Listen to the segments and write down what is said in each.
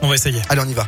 On va essayer. Allez, on y va.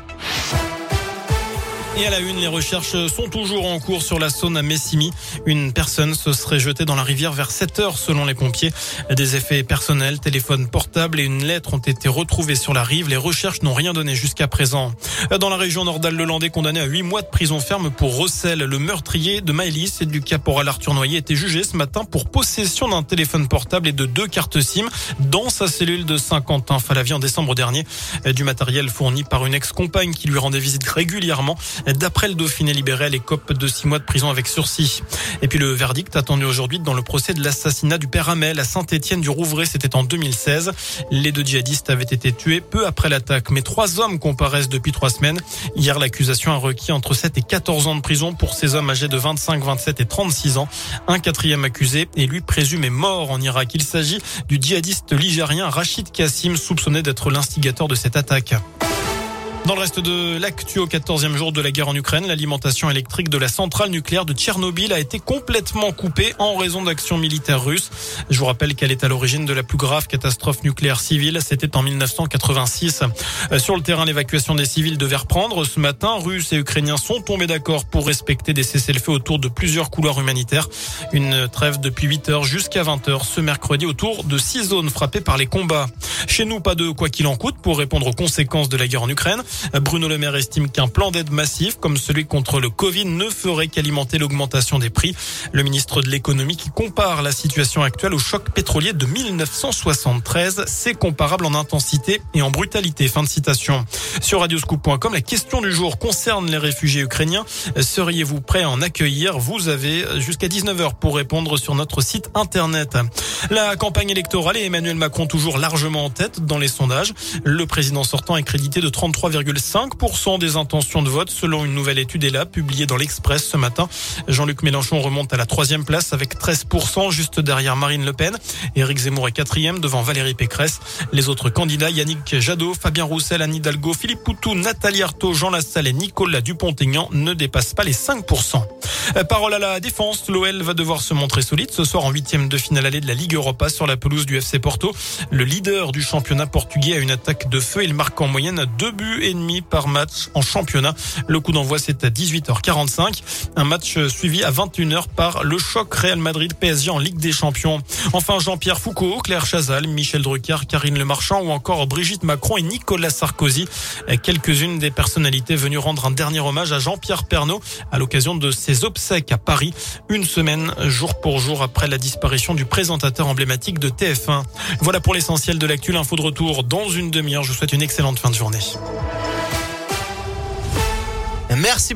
Et à la une, les recherches sont toujours en cours sur la Saône à Messimy. Une personne se serait jetée dans la rivière vers 7 heures selon les pompiers. Des effets personnels, téléphone portable et une lettre ont été retrouvés sur la rive. Les recherches n'ont rien donné jusqu'à présent. Dans la région Nordal-Lelandais, condamné à 8 mois de prison ferme pour recel, le meurtrier de Maëlys et du caporal Arthur Noyer était jugé ce matin pour possession d'un téléphone portable et de 2 cartes SIM dans sa cellule de Saint-Quentin-Falavie en décembre dernier. Du matériel fourni par une ex-compagne qui lui rendait visite régulièrement. D'après le Dauphiné libéré, elle écope de 6 mois de prison avec sursis. Et puis le verdict attendu aujourd'hui dans le procès de l'assassinat du père Hamel à Saint-Étienne-du-Rouvray, c'était en 2016. Les 2 djihadistes avaient été tués peu après l'attaque, mais 3 hommes comparaissent depuis 3 semaines. Hier, l'accusation a requis entre 7 et 14 ans de prison pour ces hommes âgés de 25, 27 et 36 ans. Un 4e accusé est lui présumé mort en Irak. Il s'agit du djihadiste ligérien Rachid Kassim, soupçonné d'être l'instigateur de cette attaque. Dans le reste de l'actu, au 14e jour de la guerre en Ukraine, l'alimentation électrique de la centrale nucléaire de Tchernobyl a été complètement coupée en raison d'actions militaires russes. Je vous rappelle qu'elle est à l'origine de la plus grave catastrophe nucléaire civile. C'était en 1986. Sur le terrain, l'évacuation des civils devait reprendre. Ce matin, Russes et Ukrainiens sont tombés d'accord pour respecter des cessez-le-feu autour de plusieurs couloirs humanitaires. Une trêve depuis 8 heures jusqu'à 20 heures ce mercredi autour de 6 zones frappées par les combats. Chez nous, pas de quoi qu'il en coûte pour répondre aux conséquences de la guerre en Ukraine. Bruno Le Maire estime qu'un plan d'aide massif comme celui contre le Covid ne ferait qu'alimenter l'augmentation des prix. Le ministre de l'économie qui compare la situation actuelle au choc pétrolier de 1973, c'est comparable en intensité et en brutalité. Fin de citation. Sur radioscoop.com, la question du jour concerne les réfugiés ukrainiens. Seriez-vous prêt à en accueillir? Vous avez jusqu'à 19h pour répondre sur notre site internet. La campagne électorale et Emmanuel Macron toujours largement en tête dans les sondages. Le président sortant est crédité de 33,5% des intentions de vote selon une nouvelle étude ELA publiée dans l'Express ce matin. Jean-Luc Mélenchon remonte à la 3e place avec 13%, juste derrière Marine Le Pen. Éric Zemmour est 4e devant Valérie Pécresse. Les autres candidats, Yannick Jadot, Fabien Roussel, Anne Hidalgo, Philippe Poutou, Nathalie Arthaud, Jean Lassalle et Nicolas Dupont-Aignan ne dépassent pas les 5%. Parole à la défense, l'OL va devoir se montrer solide ce soir en 8e de finale allée de la Ligue Europa sur la pelouse du FC Porto. Le leader du championnat portugais a une attaque de feu. Il marque en moyenne 2 buts et demi par match en championnat. Le coup d'envoi, c'est à 18h45. Un match suivi à 21h par le choc Real Madrid-PSG en Ligue des Champions. Enfin, Jean-Pierre Foucault, Claire Chazal, Michel Drucker, Karine Le Marchand ou encore Brigitte Macron et Nicolas Sarkozy. Quelques-unes des personnalités venues rendre un dernier hommage à Jean-Pierre Pernaut à l'occasion de ses obsèques à Paris. Une semaine, jour pour jour, après la disparition du présentateur emblématique de TF1. Voilà pour l'essentiel de l'actu. L'info de retour dans une demi-heure. Je vous souhaite une excellente fin de journée. Merci.